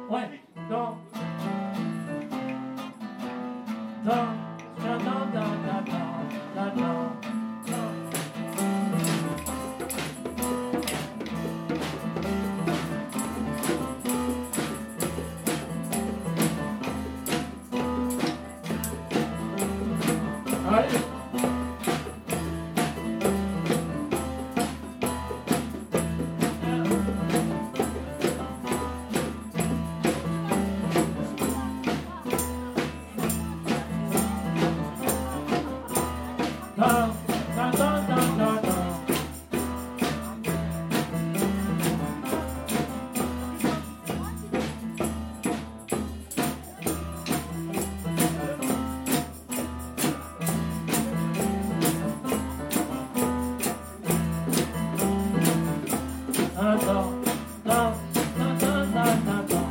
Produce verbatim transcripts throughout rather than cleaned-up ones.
Ouais, dans. Dans. Dans, dans, dans, dans, dans, dans, dans. Allez. Dun, dun, dun, dun, dun, dun. Dun, dun, dun, dun, dun, dun, dun, dun.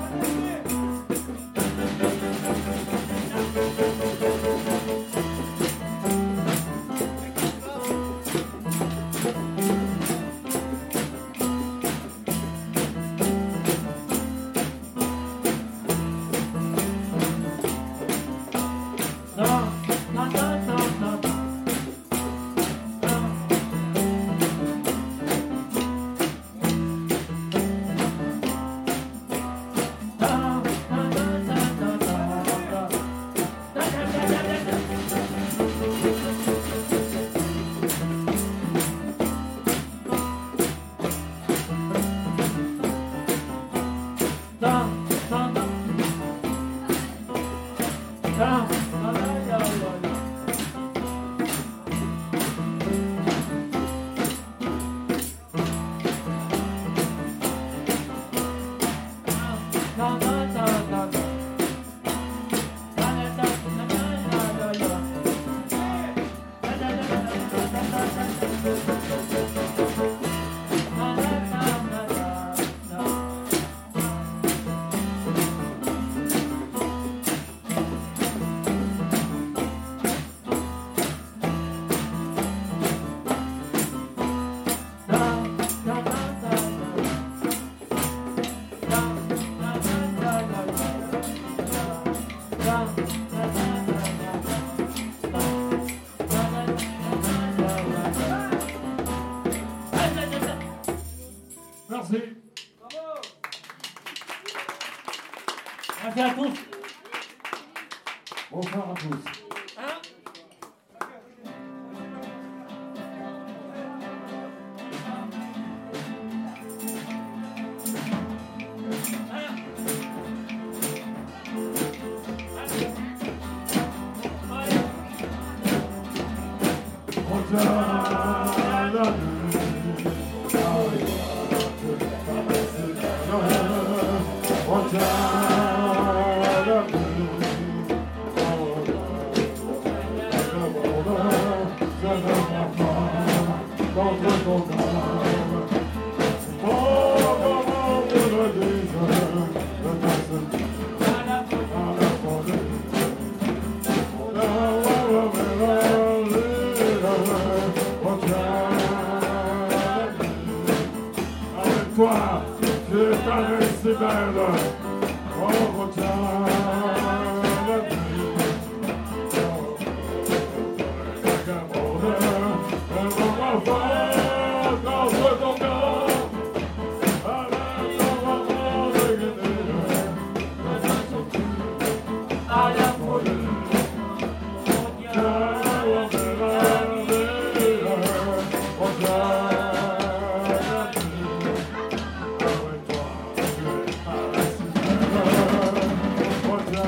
Merci. Bravo. Merci à tous. Bonsoir à tous. Hein? Toi, je t'avais si belle, oh, retiens la vie. Oh, elle m'en va faire dans ton cœur. Avec ton enfant de guérir, à la folie. What's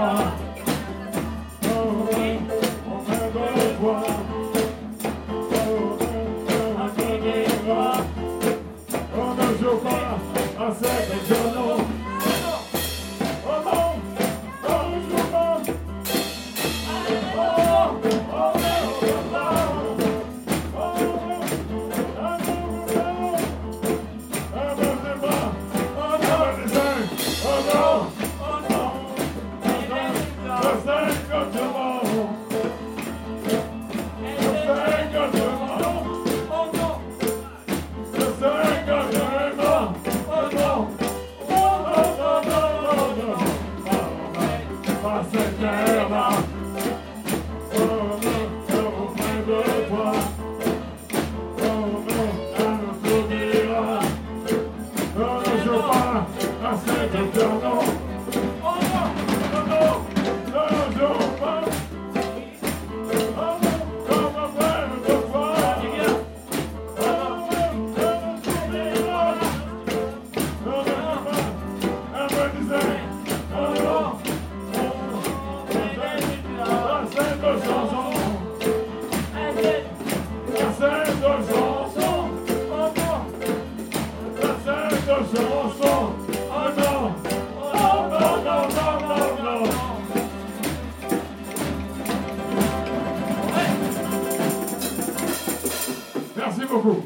Merci beaucoup.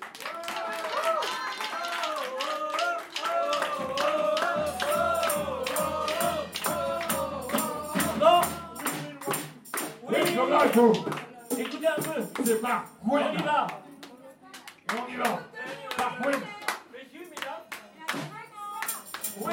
Non. Oui, comme là, il faut. Écoutez un peu. C'est par Queen. On y va. Et on y va. Par Queen. Messieurs, mesdames. Oui.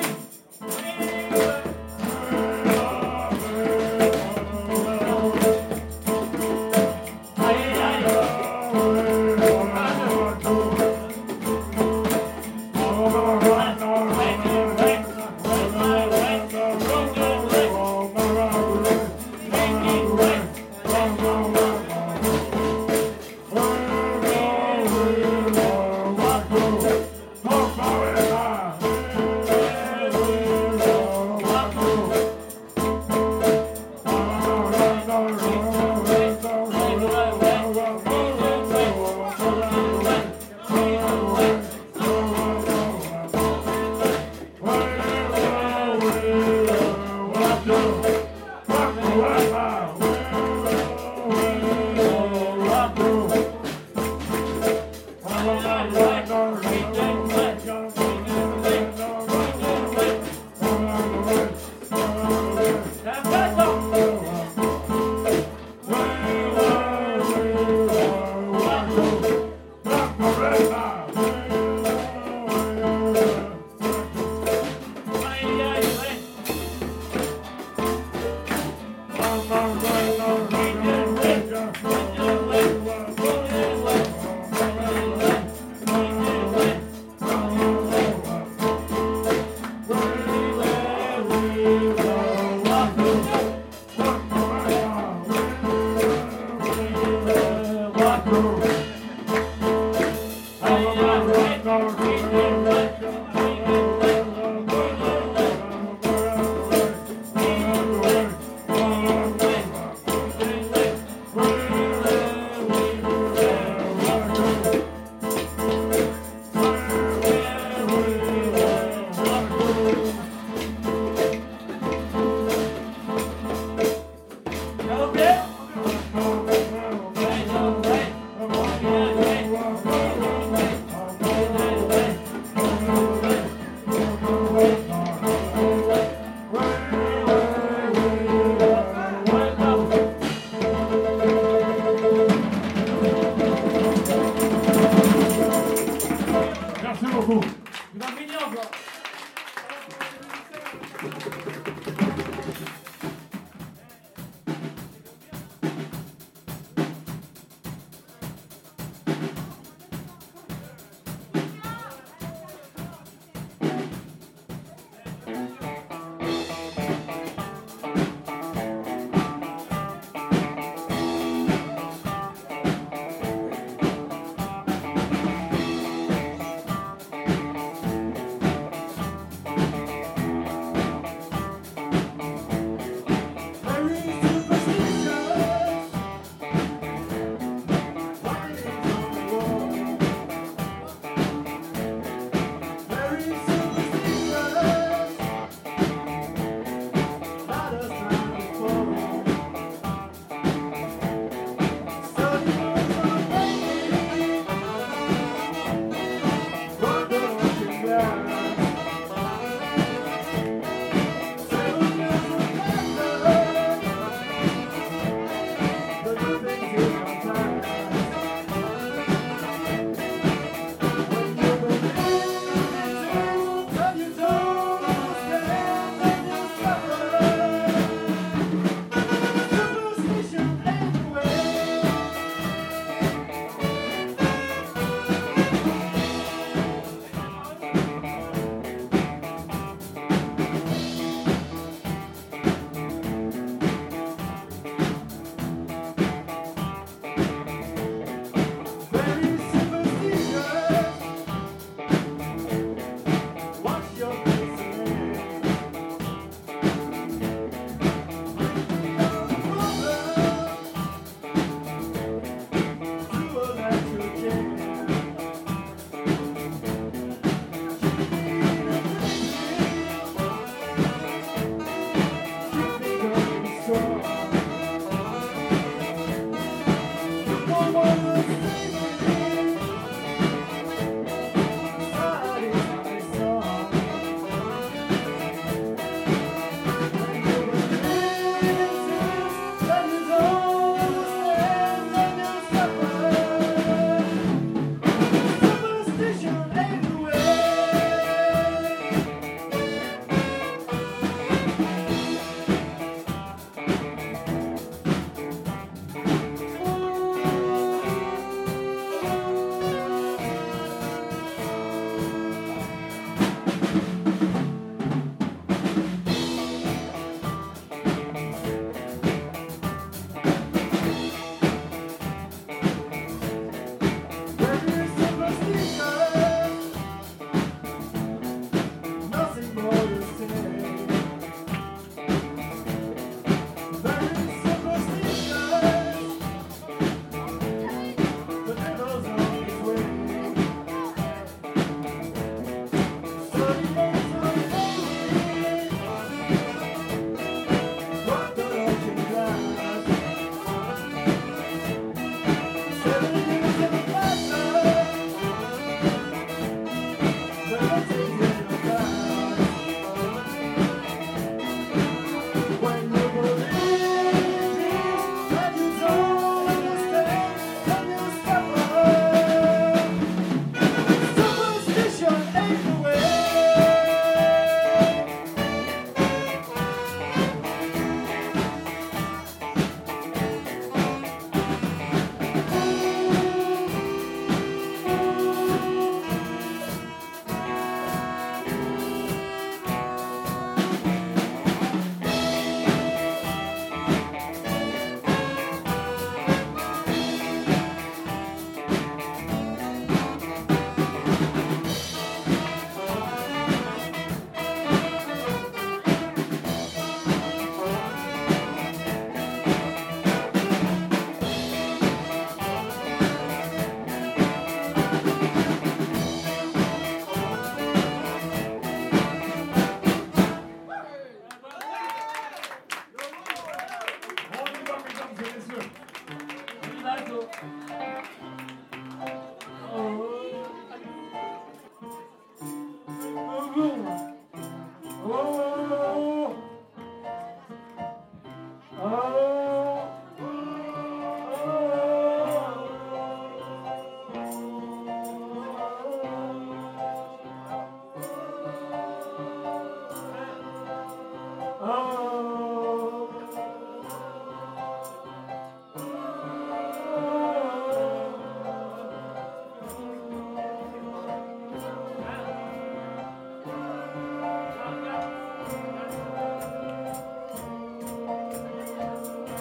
Oh, Oh,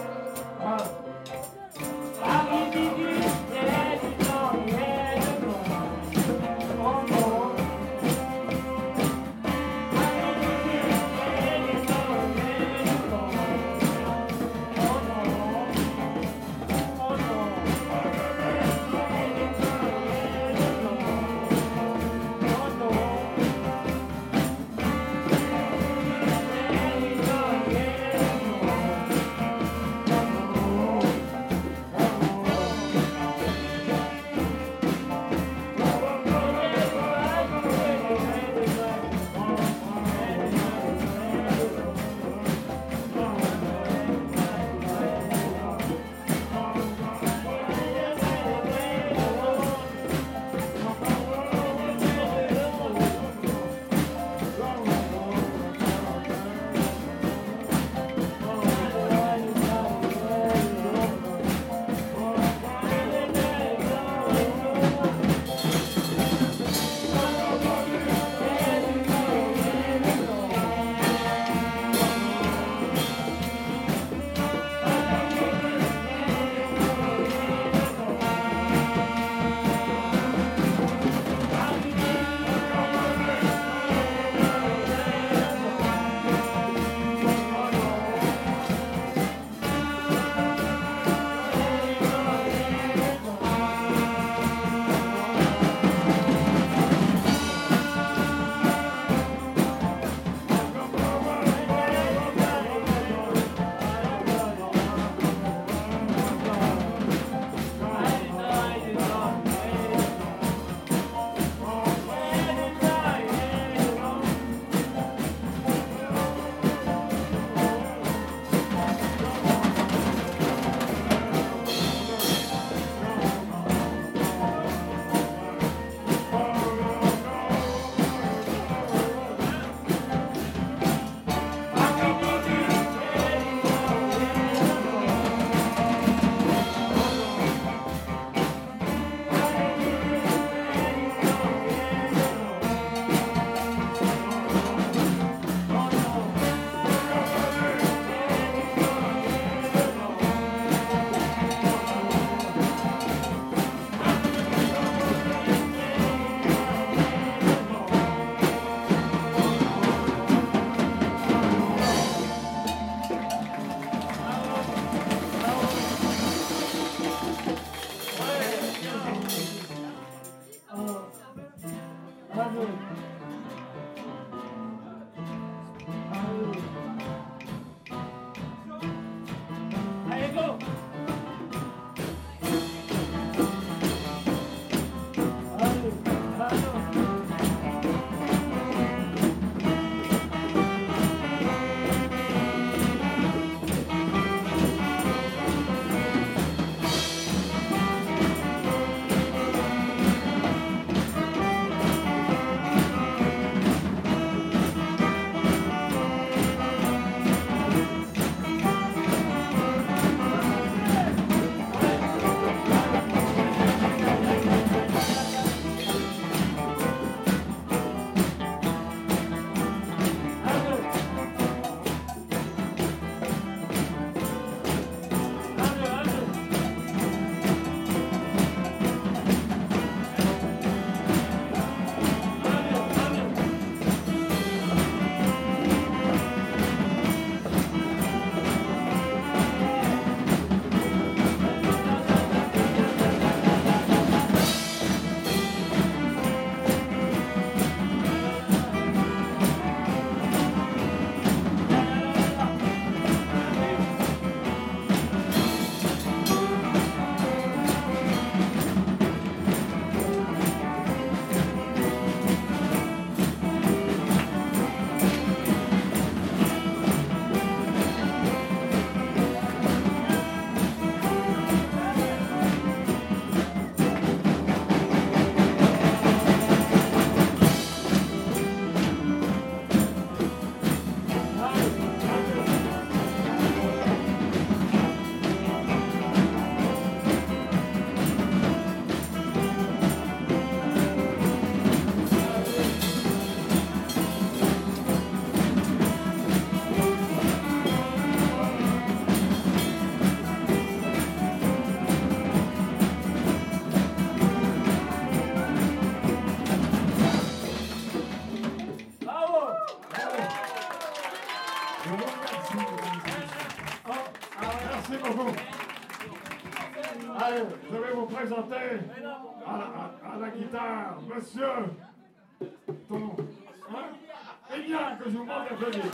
Merci beaucoup. Allez, je vais vous présenter à la, à- à la guitare, monsieur, ton nom, hein? Eh bien, que je vous demande d'applaudir.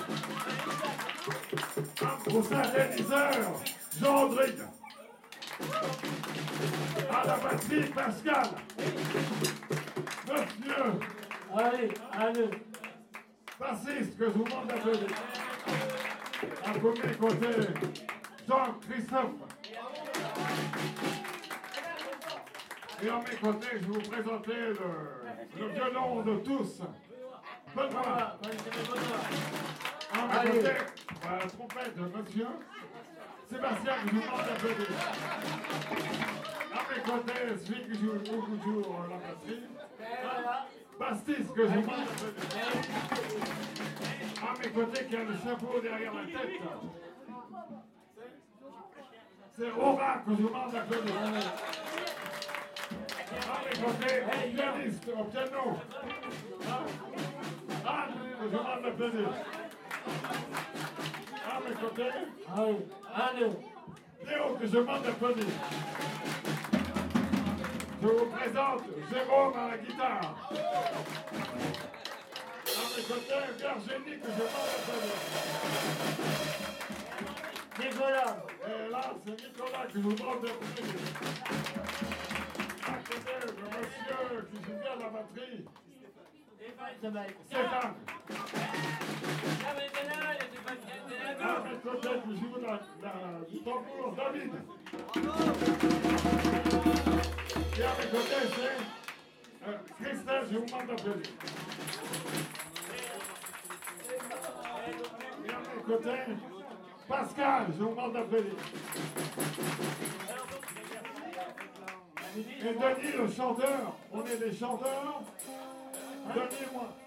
Au synthétiseur, Jean-Andrigue. À la batterie, Pascal. Monsieur, Allez, allez. bassiste, que je vous demande d'applaudir. À mes côtés, Jean-Christophe. Et à mes côtés, je vais vous présenter le, le violon de tous. Benoît. Voilà, vas-y, c'est mes bonheurs. À mes Allez. côtés, la trompette de monsieur Sébastien, que je vous demande d'applaudir. À mes côtés, celui qui joue toujours la batterie. Voilà. Bastis, que je vous demande d'applaudir. À mes côtés, qui a le chapeau derrière la tête. C'est Aura, que je vous demande d'applaudir. À mes côtés, le pianiste au piano. Anne, que je vous demande d'applaudir. À mes côtés, Allez, allez. Léo, que je demande d'applaudir. Je vous présente Jérôme à la guitare. À mes côtés, Virginie, que je demande d'applaudir. Nicolas. Et là, c'est Nicolas que je vous demande d'applaudir. À côté, le monsieur qui joue bien la batterie, Stéphane. À mes côtés, qui joue la, la, du tambour, David. Et à mes côtés, c'est euh, Christelle, je vous demande d'applaudir. Et à mes côtés, Pascal, je vous demande d'applaudir. Et Denis, le chanteur, on est des chanteurs. Denis et moi.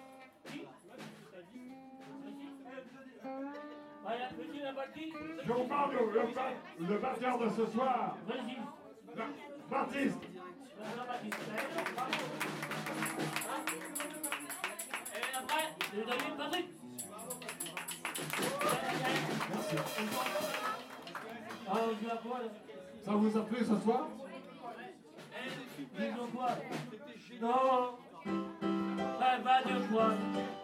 Voilà, monsieur la batterie. Je vous parle le, le, ba- le batteur de ce soir, Vas-y. la- Baptiste. Et après, je vais donner Patrick. Ah, on joue à quoi là? Ça vous a plu ce soir? Ils ont quoi? Non. Ah, va de quoi?